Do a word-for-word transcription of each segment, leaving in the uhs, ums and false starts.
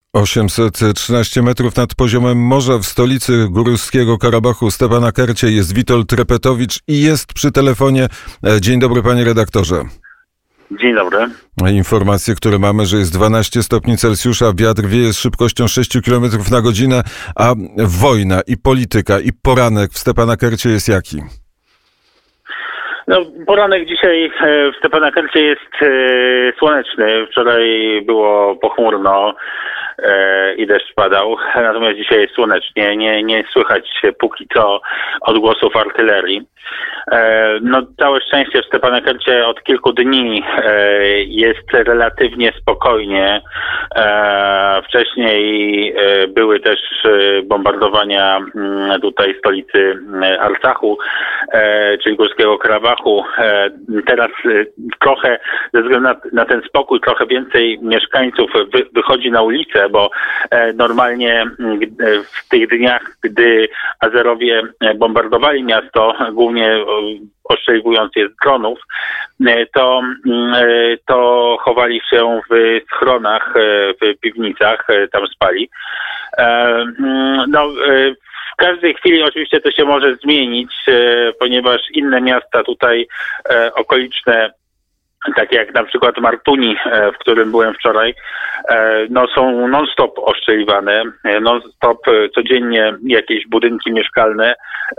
osiemset trzynaście metrów nad poziomem morza w stolicy Górskiego Karabachu, Stepanakercie, jest Witold Repetowicz i jest przy telefonie. Dzień dobry, panie redaktorze. Dzień dobry. Informacje, które mamy, że jest dwanaście stopni Celsjusza, wiatr wieje z szybkością sześć kilometrów na godzinę, a wojna i polityka i poranek w Stepanakercie jest jaki? No, poranek dzisiaj w Stepanakercie jest e, słoneczny. Wczoraj było pochmurno e, i deszcz padał, natomiast dzisiaj jest słonecznie. Nie, nie słychać póki co odgłosów artylerii. E, no, całe szczęście w Stepanakercie od kilku dni e, jest relatywnie spokojnie. E, wcześniej e, były też bombardowania m, tutaj stolicy Arcachu, e, czyli Górskiego Karabachu. E, teraz e, trochę, ze względu na, na ten spokój, trochę więcej mieszkańców wy, wychodzi na ulicę, bo e, normalnie e, w tych dniach, gdy Azerowie bombardowali miasto, głównie ostrzeliwując je z dronów, to, to chowali się w schronach, w piwnicach, tam spali. No, w każdej chwili oczywiście to się może zmienić, ponieważ inne miasta tutaj okoliczne, takie jak na przykład Martuni, w którym byłem wczoraj, no są non-stop ostrzeliwane, non-stop codziennie jakieś budynki mieszkalne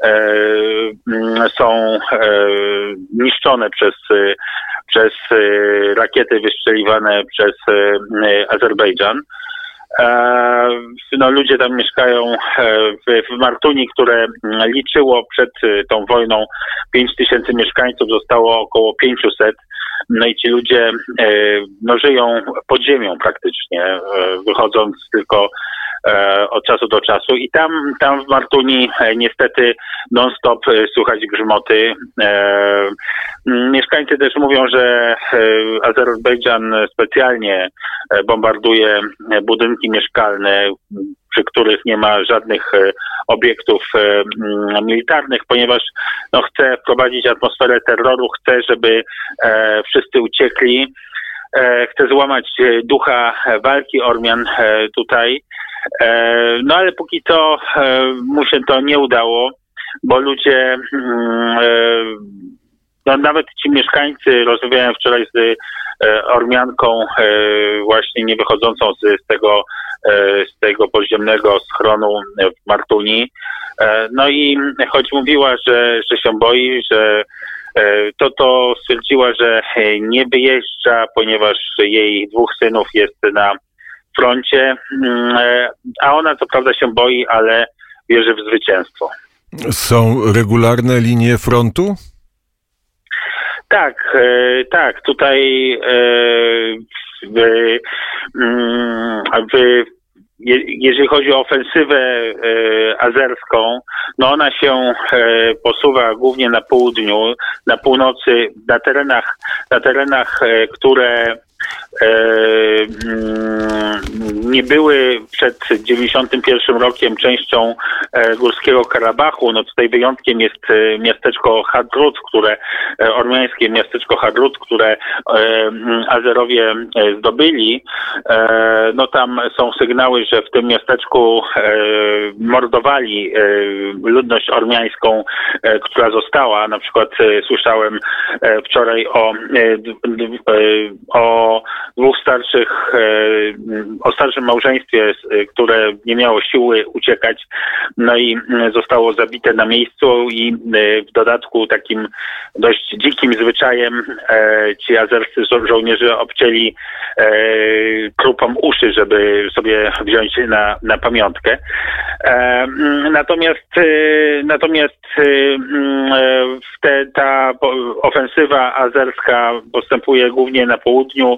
są niszczone przez, przez rakiety wystrzeliwane przez Azerbejdżan. No, ludzie tam mieszkają w, w Martuni, które liczyło przed tą wojną pięć tysięcy mieszkańców, zostało około pięćset. No i ci ludzie no, żyją pod ziemią praktycznie, wychodząc tylko od czasu do czasu. I tam, tam w Martuni niestety non-stop słychać grzmoty. Mieszkańcy też mówią, że Azerbejdżan specjalnie bombarduje budynki mieszkalne, przy których nie ma żadnych obiektów militarnych, ponieważ no, chce wprowadzić atmosferę terroru, chce, żeby wszyscy uciekli, chce złamać ducha walki Ormian tutaj. No ale póki co mu się to nie udało, bo ludzie, no nawet ci mieszkańcy, rozmawiałem wczoraj z Ormianką właśnie nie wychodzącą z, z tego z tego podziemnego schronu w Martuni. No i choć mówiła, że, że się boi, że to to stwierdziła, że nie wyjeżdża, ponieważ jej dwóch synów jest na froncie, a ona co prawda się boi, ale wierzy w zwycięstwo. Są regularne linie frontu? Tak, tak. Tutaj w, w, jeżeli chodzi o ofensywę azerską, no ona się posuwa głównie na południu, na północy, na terenach, na terenach, które nie były przed dziewięćdziesiątym pierwszym rokiem częścią Górskiego Karabachu. No tutaj wyjątkiem jest miasteczko Hadrut, które, ormiańskie miasteczko Hadrut, które Azerowie zdobyli. No tam są sygnały, że w tym miasteczku mordowali ludność ormiańską, która została. Na przykład słyszałem wczoraj o, o dwóch starszych, o starszym małżeństwie, które nie miało siły uciekać, no i zostało zabite na miejscu i w dodatku takim dość dzikim zwyczajem ci azerscy żo- żołnierze obcięli trupom uszy, żeby sobie wziąć na, na pamiątkę. Natomiast natomiast te, ta ofensywa azerska postępuje głównie na południu.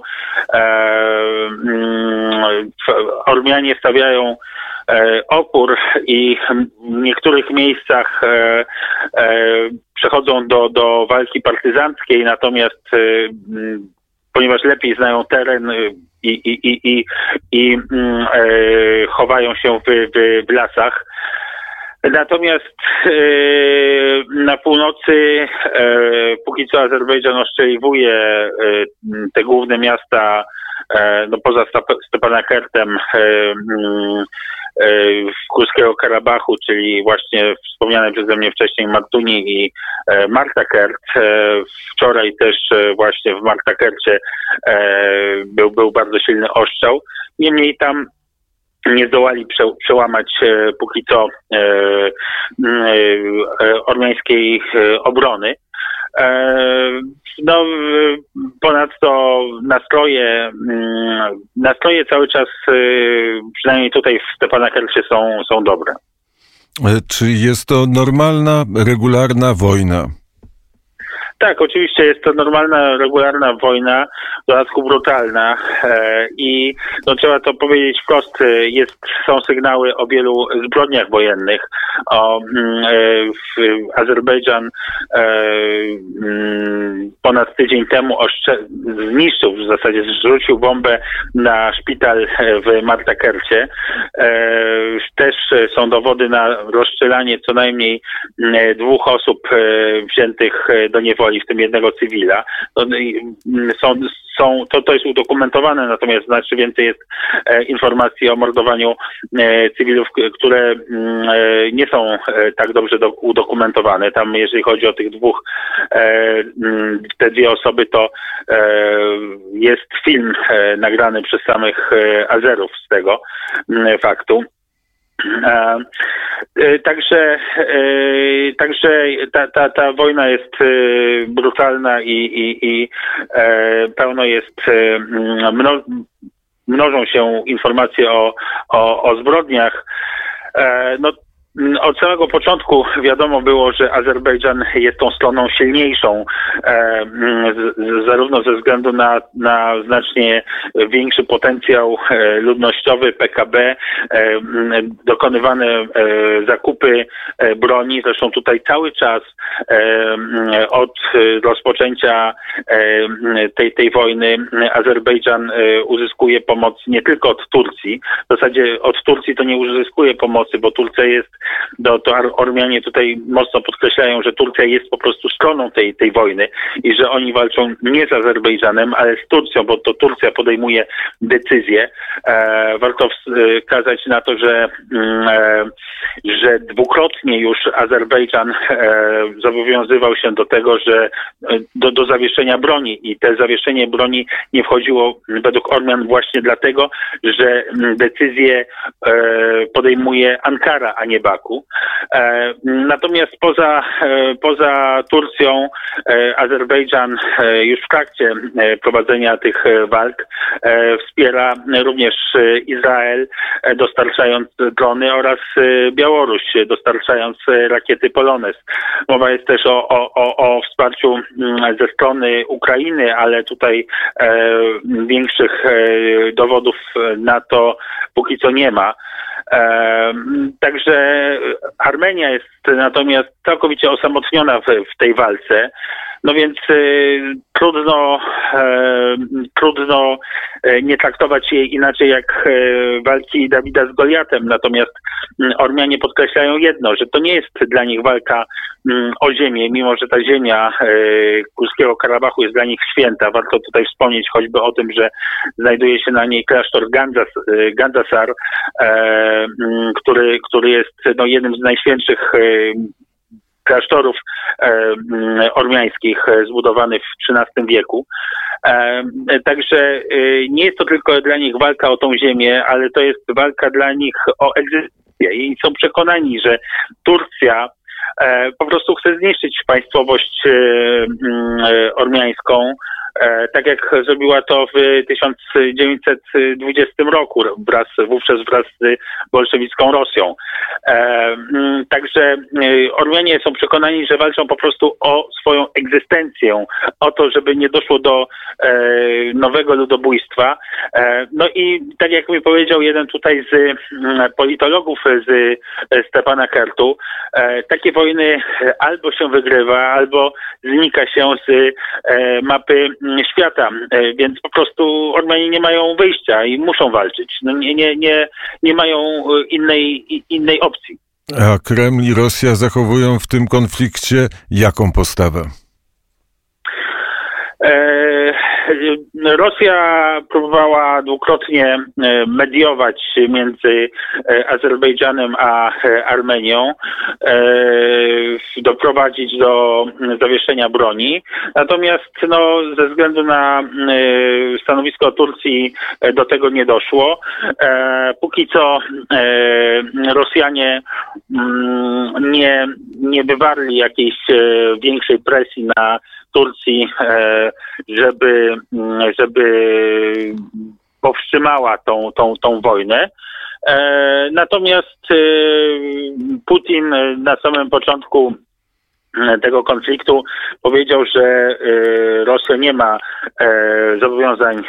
Ormianie stawiają opór i w niektórych miejscach przechodzą do, do walki partyzanckiej, natomiast ponieważ lepiej znają teren i, i, i, i, i chowają się w, w, w lasach, Natomiast e, na północy e, póki co Azerbejdżan oszczeliwuje e, te główne miasta, e, no poza Stepanakertem, e, e, Górskiego Karabachu, czyli właśnie wspomniane przeze mnie wcześniej Martuni i e, Martakert. E, wczoraj też e, właśnie w Martakercie e, był, był bardzo silny ostrzał. Niemniej tam nie zdołali prze, przełamać e, póki co e, e, ormiańskiej e, obrony. E, no, ponadto nastroje, nastroje cały czas, e, przynajmniej tutaj w Stepanakercie są, są dobre. Czy jest to normalna, regularna wojna? Tak, oczywiście jest to normalna, regularna wojna, w dodatku brutalna e, i no, trzeba to powiedzieć wprost, jest, są sygnały o wielu zbrodniach wojennych. O, e, w, Azerbejdżan e, m, ponad tydzień temu oszcze- zniszczył, w zasadzie zrzucił bombę na szpital w Martakercie. E, też są dowody na rozstrzelanie co najmniej dwóch osób e, wziętych do niewoli, w tym jednego cywila. Są, są, to, to jest udokumentowane, natomiast znacznie więcej jest e, informacji o mordowaniu e, cywilów, które e, nie są e, tak dobrze do, udokumentowane. Tam, jeżeli chodzi o tych dwóch, e, te dwie osoby, to e, jest film e, nagrany przez samych e, Azerów z tego e, faktu. E, e, także e, także ta, ta, ta wojna jest e, brutalna i, i, i e, pełno jest, e, mno, mnożą się informacje o, o, o zbrodniach. E, no, od samego początku wiadomo było, że Azerbejdżan jest tą stroną silniejszą, e, z, zarówno ze względu na, na znacznie większy potencjał e, ludnościowy P K B, e, dokonywane e, zakupy e, broni. Zresztą tutaj cały czas e, od rozpoczęcia e, tej, tej wojny Azerbejdżan e, uzyskuje pomoc nie tylko od Turcji. W zasadzie od Turcji to nie uzyskuje pomocy, bo Turcja jest To, to Ormianie tutaj mocno podkreślają, że Turcja jest po prostu stroną tej, tej wojny i że oni walczą nie z Azerbejdżanem, ale z Turcją, bo to Turcja podejmuje decyzje. E, warto wskazać na to, że, e, że dwukrotnie już Azerbejdżan e, zobowiązywał się do tego, że do, do zawieszenia broni i te zawieszenie broni nie wchodziło według Ormian właśnie dlatego, że decyzje e, podejmuje Ankara, a nie Baku. E, natomiast poza, e, poza Turcją e, Azerbejdżan e, już w trakcie e, prowadzenia tych e, walk e, wspiera również e, Izrael, e, dostarczając drony oraz e, Białoruś, dostarczając e, rakiety Polones. Mowa jest też o, o, o, o wsparciu m, ze strony Ukrainy, ale tutaj e, większych e, dowodów na to póki co nie ma. E, także Armenia jest natomiast całkowicie osamotniona w, w tej walce. No więc y, trudno, e, trudno e, nie traktować jej inaczej jak e, walki Dawida z Goliatem. Natomiast m, Ormianie podkreślają jedno, że to nie jest dla nich walka m, o ziemię, mimo że ta ziemia e, Górskiego Karabachu jest dla nich święta. Warto tutaj wspomnieć choćby o tym, że znajduje się na niej klasztor Gandzas, e, Gandzasar, e, m, który, który jest no, jednym z najświętszych e, klasztorów e, ormiańskich e, zbudowany w trzynastym wieku. E, także e, nie jest to tylko dla nich walka o tą ziemię, ale to jest walka dla nich o egzystencję i są przekonani, że Turcja e, po prostu chce zniszczyć państwowość e, e, ormiańską, E, tak jak zrobiła to w tysiąc dziewięćset dwudziestym roku, wraz, wówczas wraz z bolszewicką Rosją. E, m, także e, Ormianie są przekonani, że walczą po prostu o swoją egzystencję, o to, żeby nie doszło do e, nowego ludobójstwa. E, no i tak jak mi powiedział jeden tutaj z m, politologów z Stepanakertu, e, takie wojny albo się wygrywa, albo znika się z e, mapy świata, więc po prostu Ormianie nie mają wyjścia i muszą walczyć. No nie, nie, nie, nie mają innej, innej opcji. A Kreml i Rosja zachowują w tym konflikcie jaką postawę? Rosja próbowała dwukrotnie mediować między Azerbejdżanem a Armenią, doprowadzić do zawieszenia broni. Natomiast no, ze względu na stanowisko Turcji do tego nie doszło. Póki co Rosjanie nie, nie wywarli jakiejś większej presji na Turcji, żeby, żeby powstrzymała tą, tą, tą wojnę. Natomiast Putin na samym początku tego konfliktu powiedział, że Rosja nie ma zobowiązań,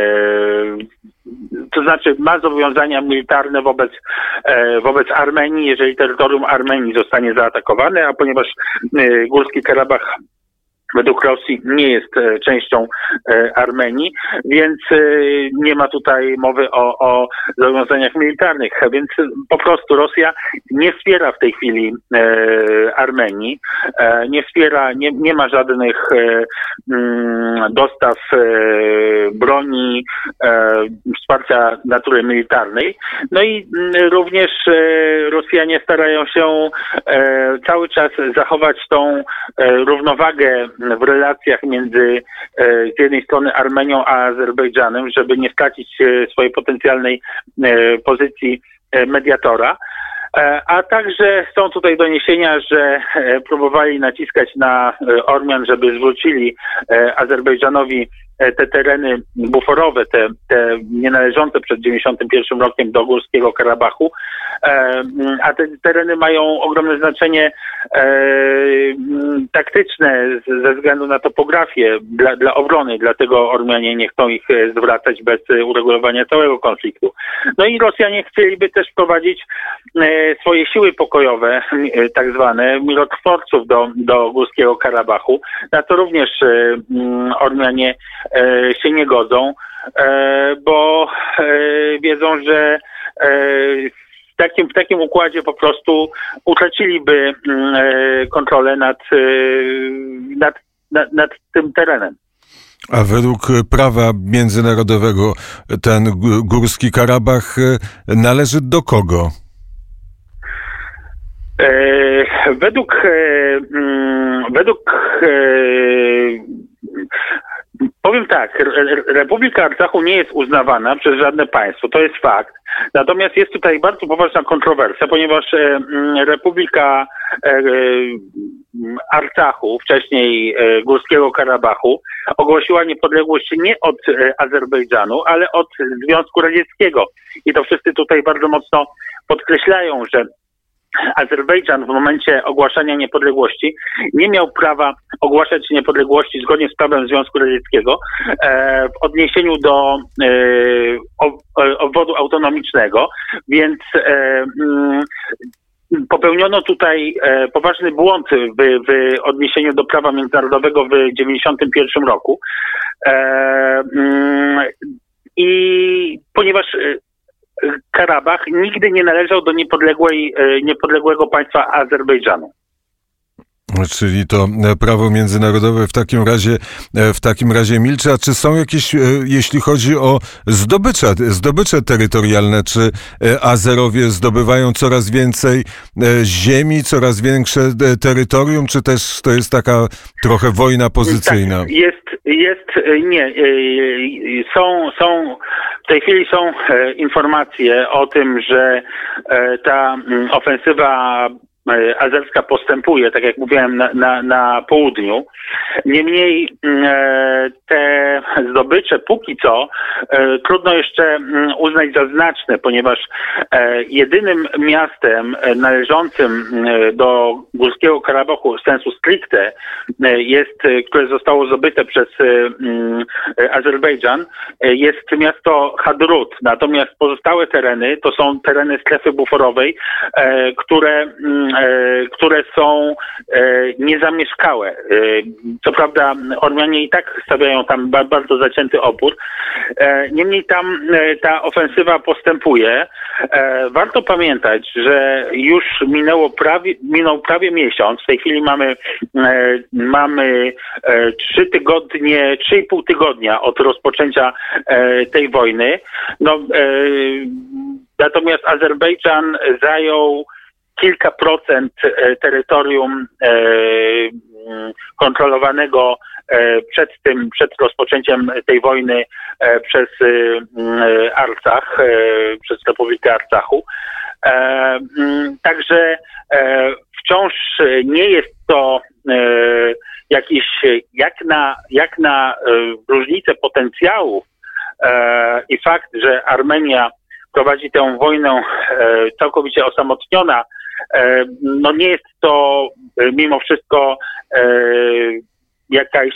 to znaczy ma zobowiązania militarne wobec, wobec Armenii, jeżeli terytorium Armenii zostanie zaatakowane, a ponieważ Górski Karabach według Rosji nie jest częścią Armenii, więc nie ma tutaj mowy o, o zobowiązaniach militarnych. Więc po prostu Rosja nie wspiera w tej chwili Armenii, nie wspiera, nie, nie ma żadnych dostaw broni, wsparcia natury militarnej. No i również Rosjanie starają się cały czas zachować tą równowagę w relacjach między z jednej strony Armenią a Azerbejdżanem, żeby nie stracić swojej potencjalnej pozycji mediatora. A także są tutaj doniesienia, że próbowali naciskać na Ormian, żeby zwrócili Azerbejdżanowi te tereny buforowe, te, te nie należące przed dziewięćdziesiątym pierwszym rokiem do Górskiego Karabachu, a te tereny mają ogromne znaczenie taktyczne ze względu na topografię dla, dla obrony, dlatego Ormianie nie chcą ich zwracać bez uregulowania całego konfliktu. No i Rosjanie chcieliby też wprowadzić swoje siły pokojowe, tak zwane mirotworców do, do Górskiego Karabachu, na co również Ormianie się nie godzą, bo wiedzą, że w takim, w takim układzie po prostu utraciliby kontrolę nad, nad, nad, nad tym terenem. A według prawa międzynarodowego ten Górski Karabach należy do kogo? Według według powiem tak, Republika Arcachu nie jest uznawana przez żadne państwo, to jest fakt. Natomiast jest tutaj bardzo poważna kontrowersja, ponieważ Republika Arcachu, wcześniej Górskiego Karabachu, ogłosiła niepodległość nie od Azerbejdżanu, ale od Związku Radzieckiego. I to wszyscy tutaj bardzo mocno podkreślają, że Azerbejdżan w momencie ogłaszania niepodległości nie miał prawa ogłaszać niepodległości zgodnie z prawem Związku Radzieckiego e, w odniesieniu do e, obwodu autonomicznego, więc e, m, popełniono tutaj e, poważny błąd w, w odniesieniu do prawa międzynarodowego w tysiąc dziewięćset dziewięćdziesiątym pierwszym roku e, m, i ponieważ Karabach nigdy nie należał do niepodległej, niepodległego państwa Azerbejdżanu. Czyli to prawo międzynarodowe w takim razie w takim razie milczy. A czy są jakieś, jeśli chodzi o zdobycze, zdobycze terytorialne, czy Azerowie zdobywają coraz więcej ziemi, coraz większe terytorium, czy też to jest taka trochę wojna pozycyjna? Tak, jest, jest, nie, są, są, w tej chwili są informacje o tym, że ta ofensywa azerska postępuje, tak jak mówiłem, na, na, na południu. Niemniej te zdobycze póki co trudno jeszcze uznać za znaczne, ponieważ jedynym miastem należącym do Górskiego Karabachu w sensu stricte jest, które zostało zdobyte przez Azerbejdżan, jest miasto Hadrut. Natomiast pozostałe tereny to są tereny strefy buforowej, które które są niezamieszkałe. Co prawda Ormianie i tak stawiają tam bardzo zacięty opór. Niemniej tam ta ofensywa postępuje. Warto pamiętać, że już minęło prawie, minął prawie miesiąc. W tej chwili mamy, mamy trzy tygodnie, trzy i pół tygodnia od rozpoczęcia tej wojny. No, natomiast Azerbejdżan zajął kilka procent terytorium kontrolowanego przed tym, przed rozpoczęciem tej wojny przez Arcach, przez Republikę Arcachu. Także wciąż nie jest to jakiś, jak na, jak na różnicę potencjałów i fakt, że Armenia prowadzi tę wojnę całkowicie osamotniona, no nie jest to mimo wszystko jakaś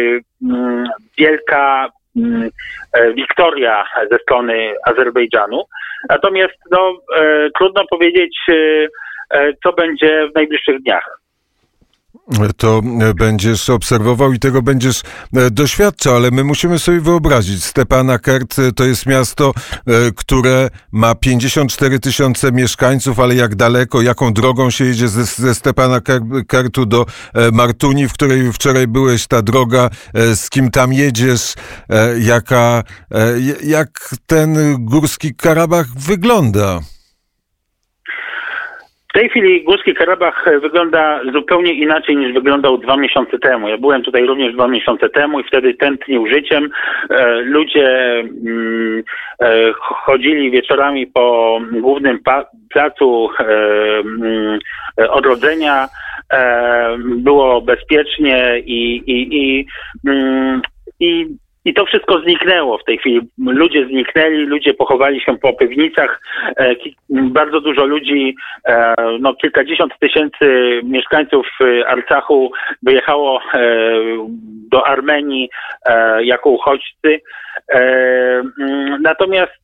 wielka wiktoria ze strony Azerbejdżanu. Natomiast no, trudno powiedzieć, co będzie w najbliższych dniach. To będziesz obserwował i tego będziesz doświadczał, ale my musimy sobie wyobrazić, Stepanakert to jest miasto, które ma pięćdziesiąt cztery tysiące mieszkańców, ale jak daleko, jaką drogą się jedzie ze, ze Stepanakertu do Martuni, w której wczoraj byłeś, ta droga, z kim tam jedziesz, jaka, jak ten Górski Karabach wygląda? W tej chwili Górski Karabach wygląda zupełnie inaczej niż wyglądał dwa miesiące temu. Ja byłem tutaj również dwa miesiące temu i wtedy tętnił życiem. Ludzie chodzili wieczorami po głównym placu odrodzenia. Było bezpiecznie i, i, i, i I to wszystko zniknęło w tej chwili. Ludzie zniknęli, ludzie pochowali się po piwnicach. Bardzo dużo ludzi, no kilkadziesiąt tysięcy mieszkańców Arcachu wyjechało do Armenii jako uchodźcy. Natomiast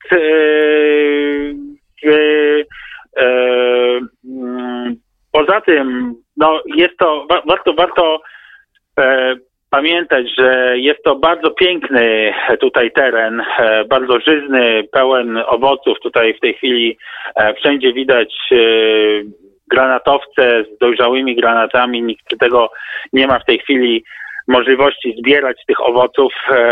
poza tym, no jest to, warto, warto pamiętać, że jest to bardzo piękny tutaj teren, bardzo żyzny, pełen owoców. Tutaj w tej chwili wszędzie widać granatowce z dojrzałymi granatami. Nikt tego nie ma w tej chwili możliwości zbierać tych owoców.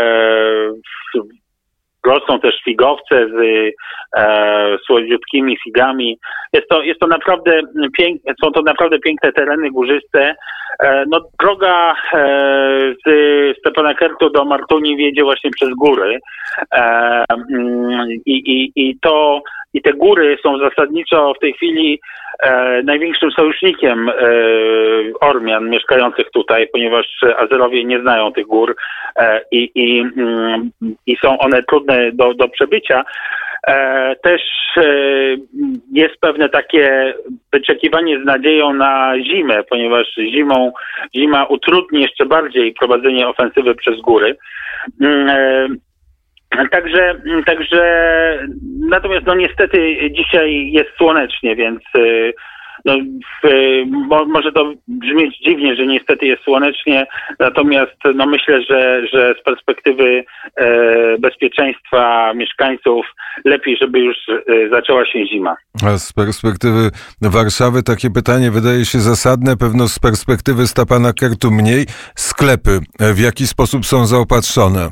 Rosną też figowce z e, słodziutkimi figami. Jest to, jest to naprawdę piękne, są to naprawdę piękne tereny górzyste. E, no, droga e, z Stepanakertu do Martuni wiedzie właśnie przez góry. E, i, i, i, to, I te góry są zasadniczo w tej chwili e, największym sojusznikiem e, Ormian mieszkających tutaj, ponieważ Azerowie nie znają tych gór e, i, i, i są one trudne Do, do przebycia. E, też e, jest pewne takie wyczekiwanie z nadzieją na zimę, ponieważ zimą, zima utrudni jeszcze bardziej prowadzenie ofensywy przez góry. E, Także, także natomiast no niestety dzisiaj jest słonecznie, więc no, w, mo, może to brzmieć dziwnie, że niestety jest słonecznie, natomiast no myślę, że, że z perspektywy e, bezpieczeństwa mieszkańców lepiej, żeby już e, zaczęła się zima. A z perspektywy Warszawy takie pytanie wydaje się zasadne, pewno z perspektywy Stepanakertu mniej. Sklepy w jaki sposób są zaopatrzone?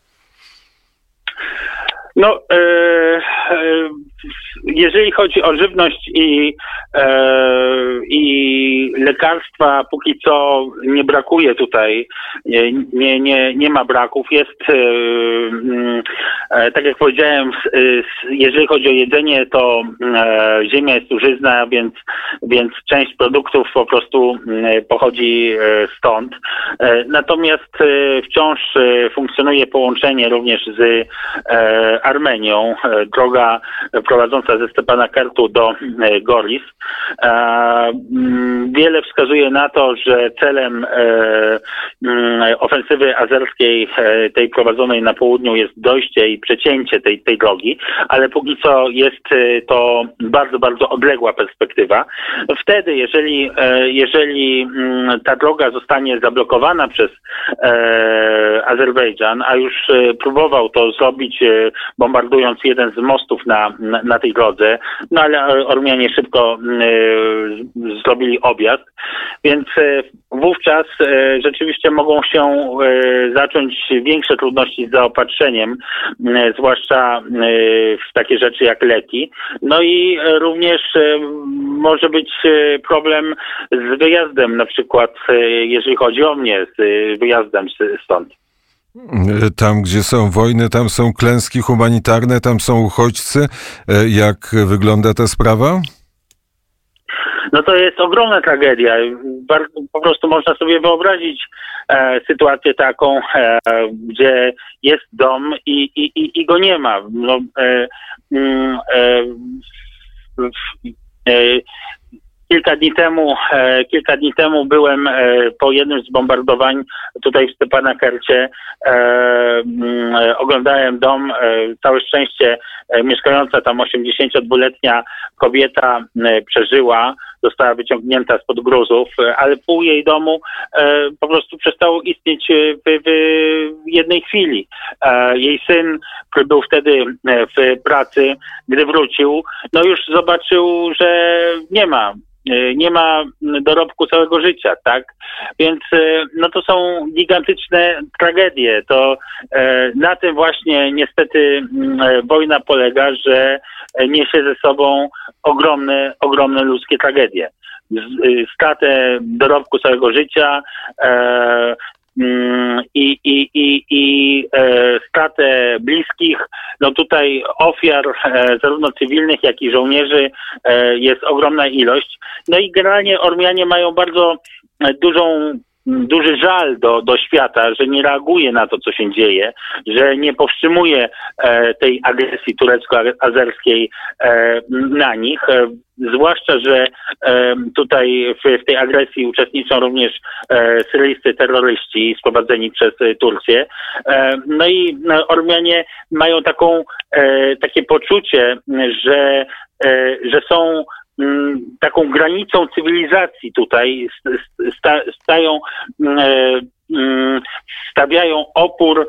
No, e, e, jeżeli chodzi o żywność i, e, i lekarstwa, póki co nie brakuje tutaj, nie, nie, nie, nie ma braków. Jest, e, e, tak jak powiedziałem, e, jeżeli chodzi o jedzenie, to e, ziemia jest użyzna, więc, więc część produktów po prostu e, pochodzi e, stąd. E, natomiast e, wciąż e, funkcjonuje połączenie również z e, Armenią. Droga droga prowadząca ze Stepanakertu do Goris. Wiele wskazuje na to, że celem ofensywy azerskiej, tej prowadzonej na południu, jest dojście i przecięcie tej, tej drogi, ale póki co jest to bardzo, bardzo odległa perspektywa. Wtedy, jeżeli, jeżeli ta droga zostanie zablokowana przez Azerbejdżan, a już próbował to zrobić, bombardując jeden z mostów na, na, na tej drodze, no ale Ormianie szybko y, zrobili objazd, więc y, wówczas y, rzeczywiście mogą się y, zacząć większe trudności z zaopatrzeniem, y, zwłaszcza y, w takie rzeczy jak leki. No i y, również y, może być y, problem z wyjazdem, na przykład y, jeżeli chodzi o mnie, z y, wyjazdem stąd. Tam, gdzie są wojny, tam są klęski humanitarne, tam są uchodźcy. Jak wygląda ta sprawa? No to jest ogromna tragedia. Po prostu można sobie wyobrazić e, sytuację taką, e, gdzie jest dom i, i, i, i go nie ma. No, e, e, e, Kilka dni temu, e, kilka dni temu byłem e, po jednym z bombardowań tutaj w Stepanakercie. E, e, oglądałem dom, e, całe szczęście e, mieszkająca tam osiemdziesięciodwuletnia kobieta e, przeżyła, została wyciągnięta spod gruzów, e, ale pół jej domu e, po prostu przestało istnieć w, w jednej chwili. E, jej syn, który był wtedy w pracy, gdy wrócił, no już zobaczył, że nie ma nie ma dorobku całego życia, tak? Więc no to są gigantyczne tragedie. To e, na tym właśnie niestety e, wojna polega, że niesie ze sobą ogromne, ogromne ludzkie tragedie. Z, e, stratę dorobku całego życia, e, i, i, i, i e, stratę bliskich. No tutaj ofiar e, zarówno cywilnych, jak i żołnierzy e, jest ogromna ilość. No i generalnie Ormianie mają bardzo dużą duży żal do, do świata, że nie reaguje na to, co się dzieje, że nie powstrzymuje e, tej agresji turecko-azerskiej e, na nich. E, zwłaszcza, że e, tutaj w, w tej agresji uczestniczą również e, syryjscy terroryści sprowadzeni przez e, Turcję. E, no i no, Ormianie mają taką, e, takie poczucie, że, e, że są taką granicą cywilizacji tutaj, sta, stają, stawiają opór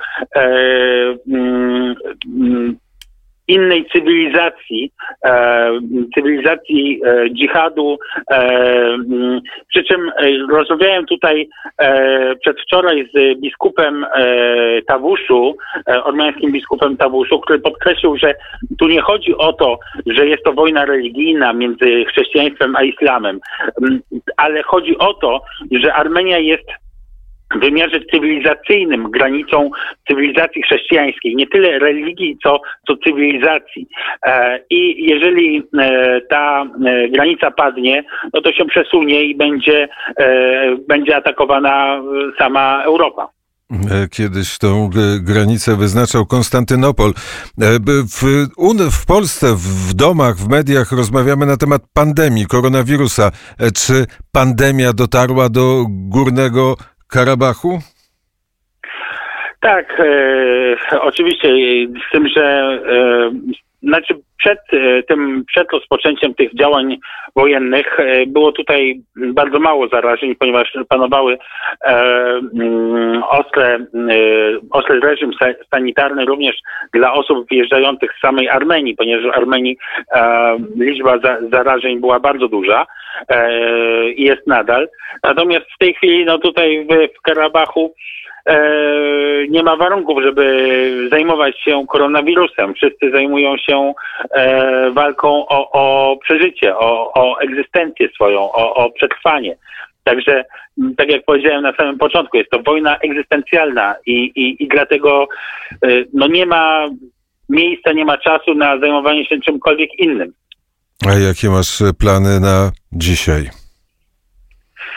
innej cywilizacji, cywilizacji dżihadu. Przy czym rozmawiałem tutaj przedwczoraj z biskupem Tawuszu, ormiańskim biskupem Tawuszu, który podkreślił, że tu nie chodzi o to, że jest to wojna religijna między chrześcijaństwem a islamem, ale chodzi o to, że Armenia jest w wymiarze cywilizacyjnym granicą cywilizacji chrześcijańskiej, nie tyle religii, co, co cywilizacji. E, I jeżeli e, ta e, granica padnie, no to się przesunie i będzie, e, będzie atakowana sama Europa. Kiedyś tą granicę wyznaczał Konstantynopol. W, w Polsce, w domach, w mediach rozmawiamy na temat pandemii, koronawirusa. Czy pandemia dotarła do Górnego Karabachu? Tak, e, oczywiście, z tym, że e, znaczy przed e, tym, przed rozpoczęciem tych działań wojennych e, było tutaj bardzo mało zarażeń, ponieważ panowały e, mm, ostre, e, ostry reżim sanitarny również dla osób wjeżdżających z samej Armenii, ponieważ w Armenii e, liczba za, zarażeń była bardzo duża i e, jest nadal. Natomiast w tej chwili, no tutaj w, w Karabachu nie ma warunków, żeby zajmować się koronawirusem. Wszyscy zajmują się e, walką o, o przeżycie, o, o egzystencję swoją, o, o przetrwanie. Także, tak jak powiedziałem na samym początku, jest to wojna egzystencjalna i, i, i dlatego e, no nie ma miejsca, nie ma czasu na zajmowanie się czymkolwiek innym. A jakie masz plany na dzisiaj?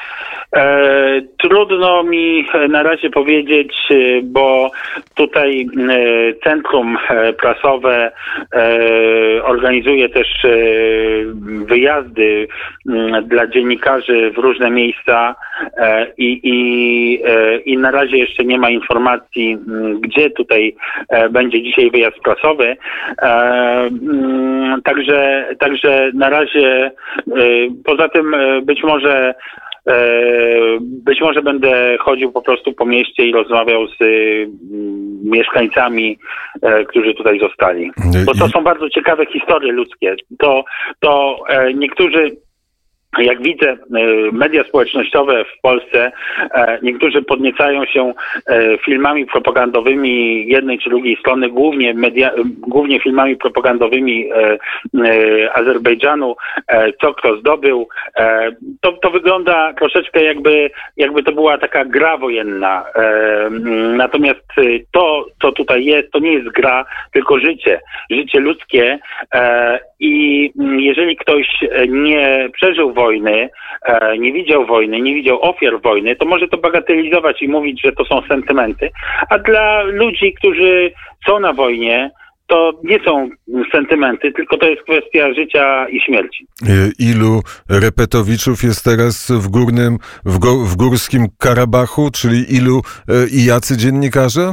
E, trudno mi na razie powiedzieć, bo tutaj centrum prasowe e, organizuje też e, wyjazdy m, dla dziennikarzy w różne miejsca e, i, i, e, i na razie jeszcze nie ma informacji, m, gdzie tutaj e, będzie dzisiaj wyjazd prasowy. E, m, także, także na razie e, poza tym e, być może Być może będę chodził po prostu po mieście i rozmawiał z mieszkańcami, którzy tutaj zostali. Bo to są bardzo ciekawe historie ludzkie. To, to niektórzy, jak widzę media społecznościowe w Polsce, niektórzy podniecają się filmami propagandowymi jednej czy drugiej strony, głównie, media, głównie filmami propagandowymi Azerbejdżanu, co kto zdobył. To, to wygląda troszeczkę jakby, jakby to była taka gra wojenna. Natomiast to, co tutaj jest, to nie jest gra, tylko życie. Życie ludzkie. I jeżeli ktoś nie przeżył wojny, nie widział wojny, nie widział ofiar wojny, to może to bagatelizować i mówić, że to są sentymenty. A dla ludzi, którzy są na wojnie, to nie są sentymenty, tylko to jest kwestia życia i śmierci. Ilu repetowiczów jest teraz w górnym, w, go, w górskim Karabachu, czyli ilu i jacy dziennikarze?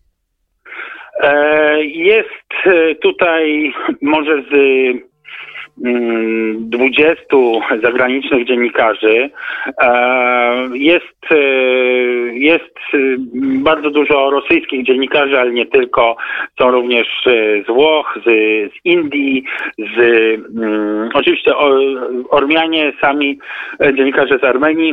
Jest tutaj może z dwudziestu zagranicznych dziennikarzy. Jest, jest bardzo dużo rosyjskich dziennikarzy, ale nie tylko. Są również z Włoch, z, z Indii, z oczywiście Ormianie, sami dziennikarze z Armenii.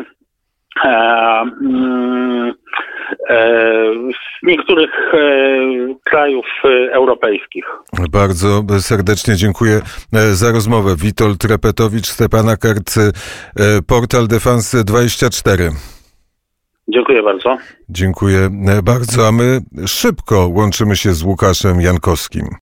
Z niektórych krajów europejskich. Bardzo serdecznie dziękuję za rozmowę. Witold Repetowicz, Stepanakert, portal Defense dwadzieścia cztery. Dziękuję bardzo. Dziękuję bardzo, a my szybko łączymy się z Łukaszem Jankowskim.